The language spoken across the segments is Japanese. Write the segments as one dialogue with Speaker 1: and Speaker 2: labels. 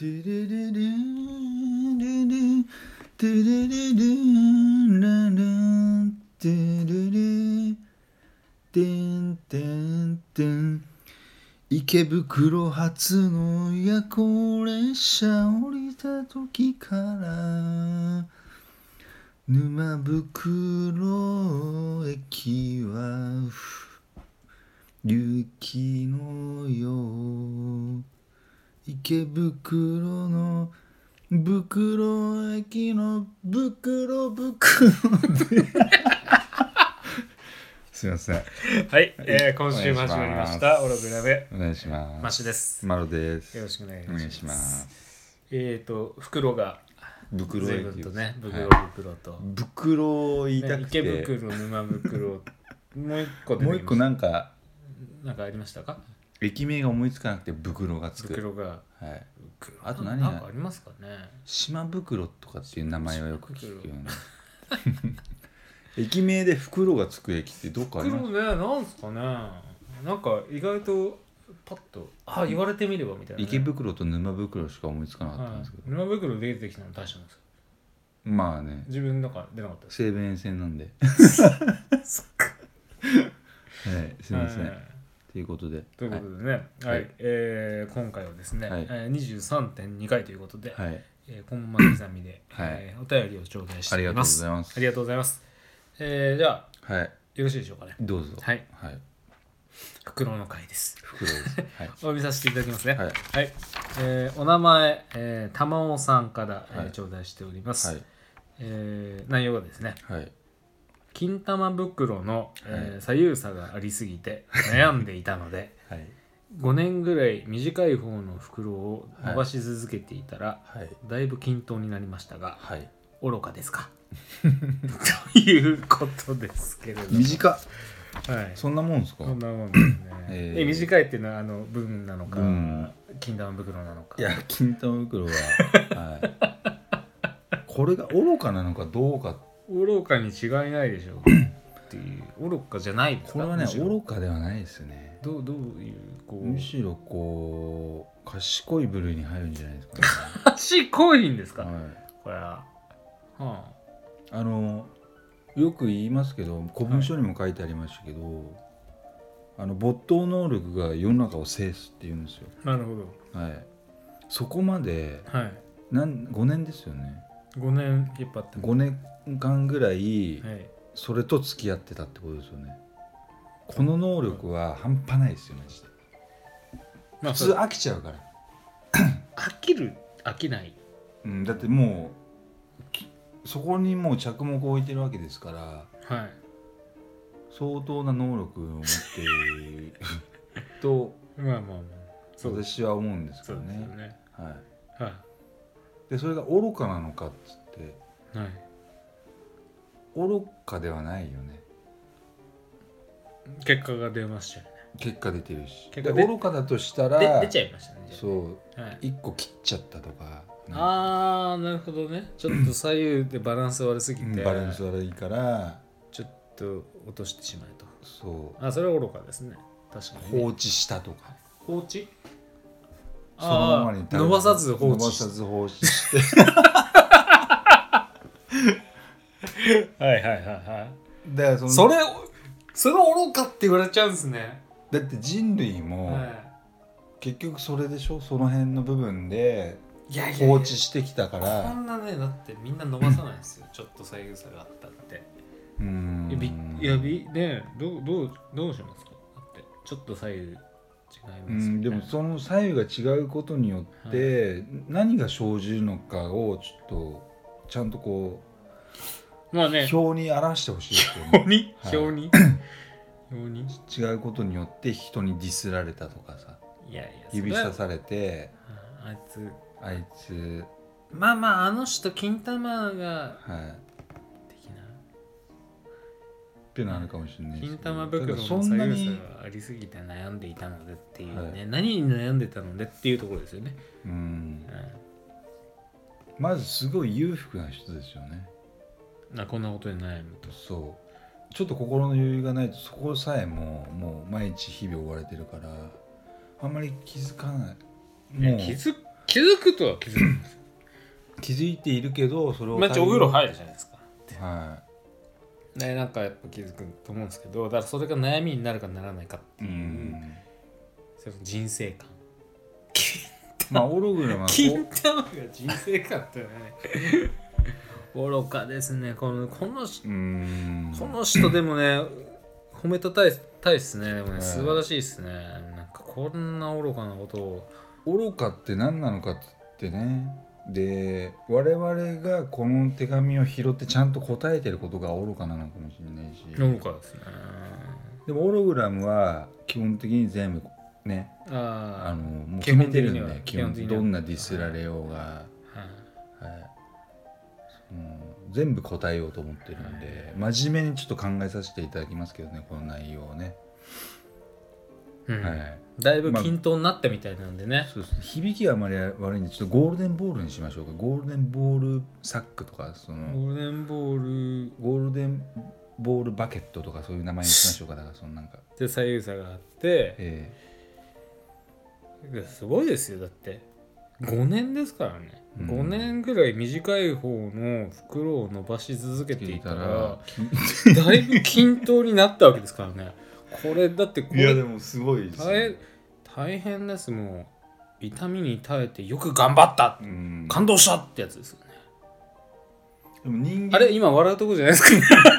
Speaker 1: トゥルルルンルルントゥルルルンララントゥルルテンテンテン池袋発の夜行列車降りた時から沼袋駅は雪のよ池袋の袋駅の袋すいません。
Speaker 2: はい、今週も始まりましたオログラベ
Speaker 1: お願いします。
Speaker 2: マシです。
Speaker 1: マロです。
Speaker 2: よろしくお願いします。袋が
Speaker 1: 袋
Speaker 2: 随分とね、袋と、
Speaker 1: 袋言いたくて、
Speaker 2: 池袋、沼袋もう一個
Speaker 1: もう一個なんか
Speaker 2: ありましたか？
Speaker 1: 駅名が思いつかなくて袋がつく。
Speaker 2: 袋が、
Speaker 1: はい。あと何
Speaker 2: なんかありますかね？
Speaker 1: 島袋とかっていう名前はよく聞くよね。駅名で袋がつく駅ってどっかありますか？
Speaker 2: 袋ね、なんすかね。なんか意外とパッと言われてみればみたいな、ね。
Speaker 1: 池袋と沼袋しか思いつかなかったんですけど。
Speaker 2: 沼袋出てきたの大したんですよ。
Speaker 1: まあね。
Speaker 2: 自分なんか出なかったです。
Speaker 1: 西武沿線なんで。
Speaker 2: そっか。
Speaker 1: はい、すいません。ということで。
Speaker 2: ということでね、はい、今回はですね、23.2 回ということで、こんまり刻みで、お便りを頂戴しております。ありがとうございます。じゃあ、よろしいでしょうかね。
Speaker 1: どうぞ。
Speaker 2: はい。袋の回です。
Speaker 1: 袋です。はい。
Speaker 2: お呼びさせていただきますね。はい。お名前、玉尾さんから、頂戴しております。内容がですね、金玉袋の、左右差がありすぎて悩んでいたので、5年ぐらい短い方の袋を伸ばし続けていたら、だいぶ均等になりましたが、愚かですかということですけれども。
Speaker 1: 短っ。そんなもんですか？
Speaker 2: そんなもんですね。短いっていうのは文なのか、金玉袋なのか。
Speaker 1: いや、金玉袋は、これが愚かなのかどうか。
Speaker 2: 愚かに違いないでしょうっていう愚かじゃないですか。
Speaker 1: これはね、愚かではないですよね。
Speaker 2: どういう
Speaker 1: むしろこう賢い部類に入るんじゃないですかね。
Speaker 2: 賢いんですか？これは、
Speaker 1: よく言いますけど、古文書にも書いてありましたけど、没頭能力が世の中を制すって言うんですよ。
Speaker 2: なるほど。
Speaker 1: そこまで、5年ですよね。
Speaker 2: 5年引っ張って
Speaker 1: 5年間ぐらいそれと付き合ってたってことですよね。この能力は半端ないですよね。普通飽きちゃうから。
Speaker 2: 飽きない、
Speaker 1: だってもうそこにもう着目を置いてるわけですから、相当な能力を持っていると私は思うんですけどね。でそれが愚かなのかっつって、愚かではないよね。
Speaker 2: 結果が出ましたよね。
Speaker 1: 結果出てるし、愚かだとしたら
Speaker 2: 出ちゃいましたね。
Speaker 1: そう1個切っちゃったとか。
Speaker 2: なるほどね。ちょっと左右でバランス悪すぎて
Speaker 1: バランス悪いから
Speaker 2: ちょっと落としてしまえと。
Speaker 1: そう
Speaker 2: それは愚かですね。確かに、
Speaker 1: 放置したとか。
Speaker 2: 放置、
Speaker 1: そのままに
Speaker 2: 伸ばさず放置してだからそれ愚かって言われちゃうんですね。
Speaker 1: だって人類も、結局それでしょ。その辺の部分で放置してきたから。
Speaker 2: こんなね、だってみんな伸ばさないですよ。ちょっと左右差があったって。ね、どうしますか？だってちょっと左右違いますよね。
Speaker 1: でもその左右が違うことによって、何が生じるのかをちょっとちゃんとこう、表に表してほしいですよね。
Speaker 2: 表に
Speaker 1: 違うことによって人にディスられたとかさ、指さされて、あいつ
Speaker 2: あの人金玉が的な
Speaker 1: っていうのあるかもしれないですけど、
Speaker 2: 金玉袋の左右差がありすぎて悩んでいたのでっていうね、何に悩んでたのでっていうところですよね。
Speaker 1: まずすごい裕福な人ですよね。
Speaker 2: こんなことで悩むと。
Speaker 1: ちょっと心の余裕がないと、そこさえもう毎日日々追われてるから、あんまり気づかない。
Speaker 2: 気気づくとは気づくんですよ。
Speaker 1: 気づいているけどそれを
Speaker 2: お風呂入るじゃないですか。
Speaker 1: は
Speaker 2: ね、なんかやっぱ気づくと思うんですけど、だからそれが悩みになるかならないかっていう、その人生観。
Speaker 1: まあオログラムは
Speaker 2: 金玉が人生観ってね愚かですね。この人でもね褒めたたいですね。でもね素晴らしいですね。なんかこんな愚かなことを。
Speaker 1: 愚かって何なのかってね。で我々がこの手紙を拾ってちゃんと答えてることが愚かなのかもしれないし。
Speaker 2: 愚かですね。
Speaker 1: でもオログラムは基本的に全部ね、もう決めてるんで、基本的にどんなディスられようが、全部答えようと思ってるんで、真面目にちょっと考えさせていただきますけどね、この内容をね。
Speaker 2: だいぶ均等になったみたいなんでね。
Speaker 1: そうですね。響きはあまり悪いんで、ちょっとゴールデンボールにしましょうか。ゴールデンボールサックとか、ゴールデンボールバケットとかそういう名前にしましょうか。だからそのなんか。
Speaker 2: で左右差があって、すごいですよ。だって5年ですからね、5年ぐらい短い方の袋を伸ばし続けていたらだいぶ均等になったわけですからね。これだって
Speaker 1: いやでもすごいですね。
Speaker 2: 大変です。もう痛みに耐えてよく頑張った、感動したってやつですよね。
Speaker 1: でも人間
Speaker 2: あれ今笑うとこじゃないですか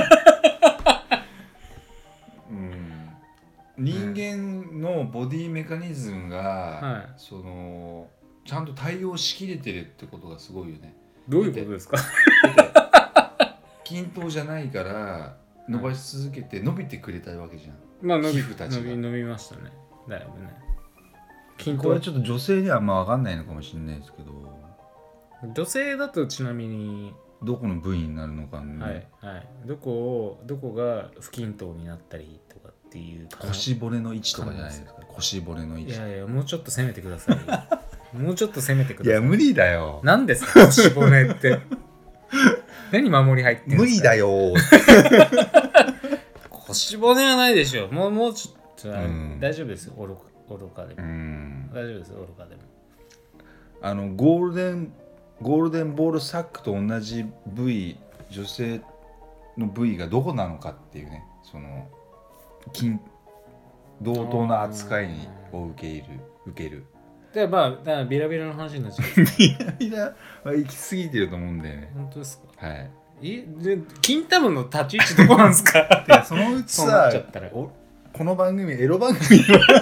Speaker 1: 人間のボディメカニズムが、そのちゃんと対応しきれてるってことがすごいよね。
Speaker 2: どういうことですか
Speaker 1: 均等じゃないから伸ばし続けて伸びてくれたわけじゃん。
Speaker 2: まあ
Speaker 1: 皮膚たちが
Speaker 2: 伸びましたね。だいぶね。
Speaker 1: これちょっと女性にはあんま分かんないのかもしれないですけど、
Speaker 2: 女性だとちなみに
Speaker 1: どこの部位になるのかね、
Speaker 2: どこが不均等になったりとかっていう
Speaker 1: 腰骨の位置とかじゃないですか。腰骨の位置。
Speaker 2: いやもうちょっと攻めてくださいもうちょっと攻めてください。
Speaker 1: いや無理だよ。
Speaker 2: 何ですか腰骨って何守り入ってんですか。
Speaker 1: 無理だよ
Speaker 2: 腰骨はないでしょ。もうちょっと、大丈夫ですよ。愚かでも、大丈夫ですよ。愚かでも
Speaker 1: ゴールデンボールサックと同じ部位、女性の部位がどこなのかっていうね、その同等な扱いを受ける。
Speaker 2: でだからビラビラの話になっちゃう
Speaker 1: ビラビラは行き過ぎてると思うんだよね。
Speaker 2: 本当ですか。
Speaker 1: はい。
Speaker 2: で金玉の立ち位置どこなんですか
Speaker 1: いやそのうちさこの番組エロ番組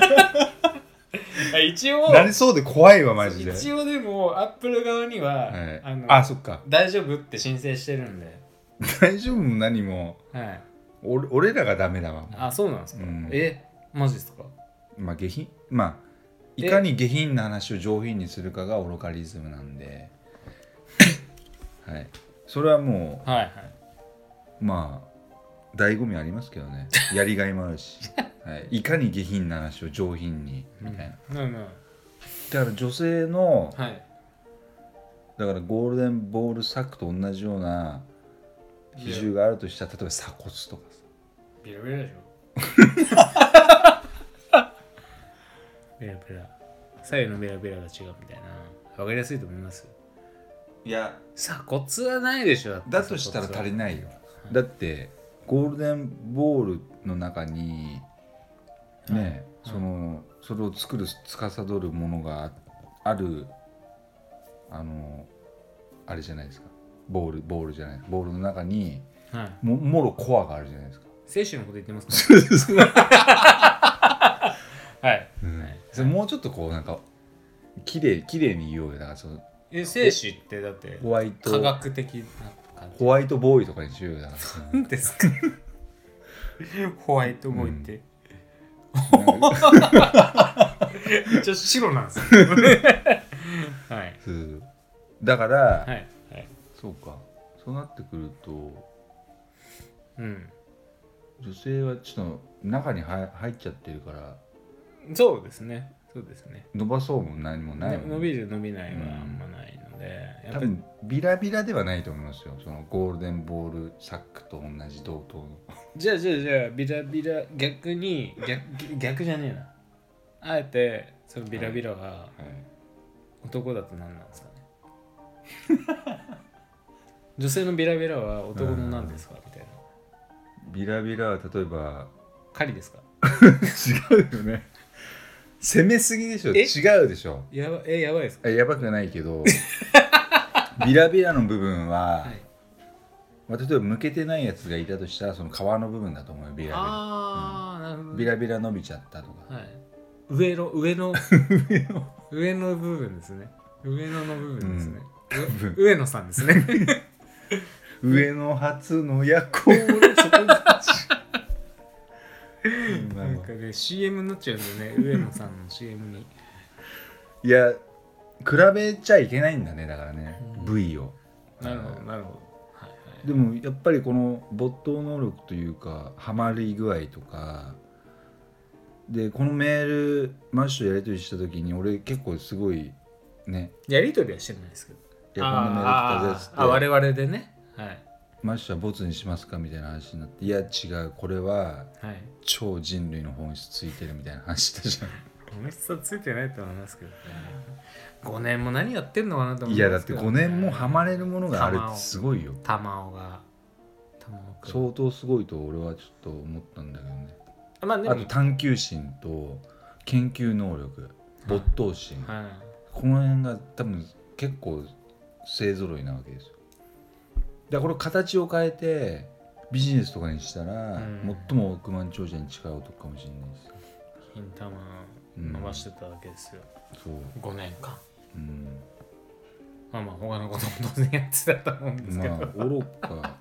Speaker 2: 一応
Speaker 1: なりそうで怖いわマジで。
Speaker 2: 一応でもアップル側には、
Speaker 1: そっか
Speaker 2: 大丈夫って申請してるんで。
Speaker 1: 大丈夫も何も、俺らがダメだわ。
Speaker 2: あ、そうなんですか。マジですか。
Speaker 1: まあいかに下品な話を上品にするかが愚かリズムなんではいそれはもうまあ醍醐味ありますけどね。やりがいもあるし、いかに下品な話を上品にみたいな、だから女性の、だからゴールデンボールサックと同じような比重があるとしたら、例えば鎖骨とかさ、
Speaker 2: ビラビラでしょビラビラ左右のビラビラが違うみたいな。分かりやすいと思います。
Speaker 1: いや
Speaker 2: 鎖骨はないでしょ。
Speaker 1: だとしたら足りないよ。だってゴールデンボールの中にね、それを作る司るものがあるあれじゃないですか。ボールじゃない、ボールの中に、もろコアがあるじゃないですか。
Speaker 2: 精子のこと言ってますかはい、
Speaker 1: それもうちょっとこうなんか綺麗に言おうよ。だからその
Speaker 2: 精子ってだって
Speaker 1: ホワイト
Speaker 2: 科学的な感じ。
Speaker 1: ホワイトボーイとかにしようよ。だから
Speaker 2: 何ですかホワイトボーイって、一応白なんですよ
Speaker 1: だから、そうか、そうなってくると、女性はちょっと中に入っちゃってるから、
Speaker 2: そうですね
Speaker 1: 伸ばそうも何もない、
Speaker 2: 伸びる伸びないはあんまないので、
Speaker 1: 多分ビラビラではないと思いますよ。そのゴールデンボールサックと同じ同等の
Speaker 2: じゃあビラビラ逆に逆じゃねえな。あえてそのビラビラは男だと何なんですかね女性のビラビラは男の何ですかみたいな。
Speaker 1: ビラビラは例えば
Speaker 2: 狩りですか
Speaker 1: 違うよね攻めすぎでしょ。違うでしょ。
Speaker 2: やばいですか。
Speaker 1: やばくないけどビラビラの部分は、はい、まあ、例えば向けてないやつがいたとしたらその皮の部分だと思うよ。ビラビラ、なるほど。ビラビラ伸びちゃったとか、
Speaker 2: はい、上の部分ですね。上野の部分ですね、上野さんですね
Speaker 1: 上野初の夜行のそこに
Speaker 2: なんかね CM になっちゃうんだよね上野さんの CM に。
Speaker 1: いや比べちゃいけないんだね。だからね、部位を。
Speaker 2: なるほどなるほど、はいはい、
Speaker 1: でもやっぱりこの没頭能力というかハマり具合とかで、このメールマッシュやり取りした時に俺結構すごいね、
Speaker 2: やり取りはしてないですけど、
Speaker 1: いやこのメール来たぜって
Speaker 2: 我々でね、はい、
Speaker 1: マッシュはボツにしますかみたいな話になって、いや違うこれは超人類の本質ついてるみたいな話したじゃん。
Speaker 2: 本質はついてないと思いますけどね。5年も何やってんのかなと思
Speaker 1: いますけど、ね、いやだって5年もハマれるものがあるってすごいよ。
Speaker 2: 玉緒
Speaker 1: 相当すごいと俺はちょっと思ったんだけどね。
Speaker 2: まあ、でも
Speaker 1: あと探求心と研究能力、没頭心、
Speaker 2: はいはい、
Speaker 1: この辺が多分結構勢ぞろいなわけですよ。だからこれ形を変えてビジネスとかにしたら、最も億万長者に近い男かもしれないです。
Speaker 2: 金玉伸ばしてたわけですよ、そう5年間、まあ他のことも当然やってたと思うんですけど、
Speaker 1: 愚か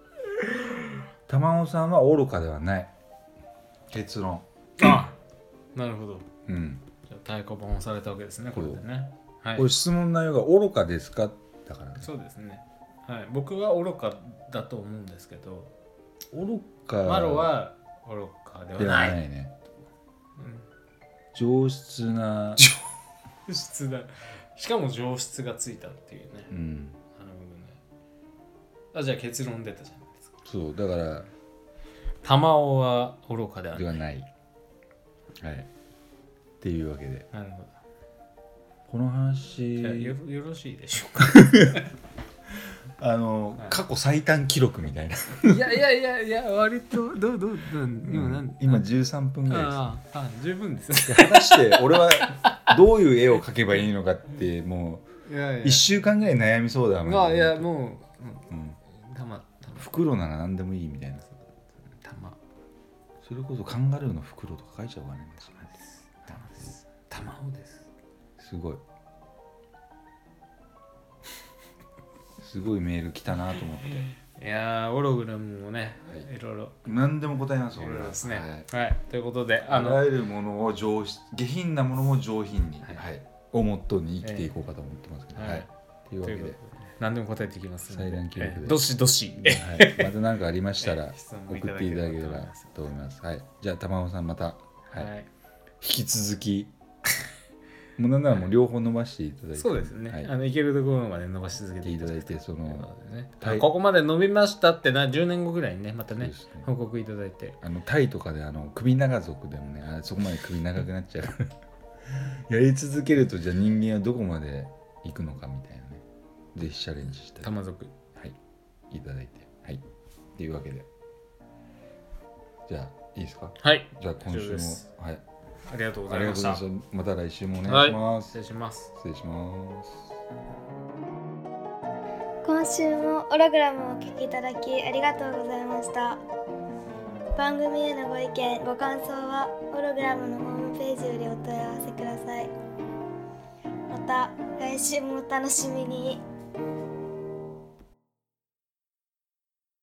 Speaker 1: 玉緒さんは愚かではない。結論。
Speaker 2: あなるほど、じゃあ太鼓判をされたわけですねこれでね、はい、
Speaker 1: これ質問内容が愚かですかだからね。
Speaker 2: そうですね、はい、僕は愚かだと思うんですけど、
Speaker 1: 愚か
Speaker 2: マロは愚かではない
Speaker 1: ね、上質な
Speaker 2: しかも上質がついたっていうね、なるほどね。じゃあ結論出たじゃないですか。
Speaker 1: そうだから
Speaker 2: 玉緒は愚かではない、
Speaker 1: はい、っていうわけで、
Speaker 2: なるほど。
Speaker 1: この話
Speaker 2: よろしいでしょうか
Speaker 1: 過去最短記録みたいな。
Speaker 2: いや割とどう
Speaker 1: 今13分ぐらいです。
Speaker 2: 十分です。
Speaker 1: 果たして俺はどういう絵を描けばいいのかってもう1週間ぐらい悩みそうだもん。
Speaker 2: いやもう、
Speaker 1: 袋なら何でもいいみたいな。それこそカンガルーの袋とか描いちゃうわね。
Speaker 2: 玉緒です。
Speaker 1: すごいすごいメール来たなと思って。
Speaker 2: いやオログラムもね、いろいろ
Speaker 1: 何でも答えます。
Speaker 2: 俺らですね、はいということで
Speaker 1: あらゆるものを下品なものも上品に、をモットーに生きていこうかと思ってますけど、というわけで
Speaker 2: 何でも答えていきますので、
Speaker 1: 最短記録で
Speaker 2: どしどし、
Speaker 1: また何かありましたら送っていただければと思います。じゃあ玉緒さんまた、引き続きもうなんならもう両方伸ばしていただいて、
Speaker 2: そうですね、いけるところまで伸ばし続けていただいて、
Speaker 1: その
Speaker 2: ここまで伸びましたって10年後ぐらいにねまたね報告いただいて、
Speaker 1: タイとかで首長族でもねそこまで首長くなっちゃうやり続けるとじゃあ人間はどこまで行くのかみたいなね、ぜひチャレンジして
Speaker 2: 玉族
Speaker 1: いただいて、っていうわけでじゃあいいですか。
Speaker 2: はい、
Speaker 1: じゃあ今週も
Speaker 2: ありがとうございました。
Speaker 1: また来週もお願いします。
Speaker 2: 失礼します。
Speaker 3: 今週もオログラムをお聞きいただきありがとうございました。番組へのご意見ご感想はオログラムのホームページよりお問い合わせください。また来週もお楽しみに。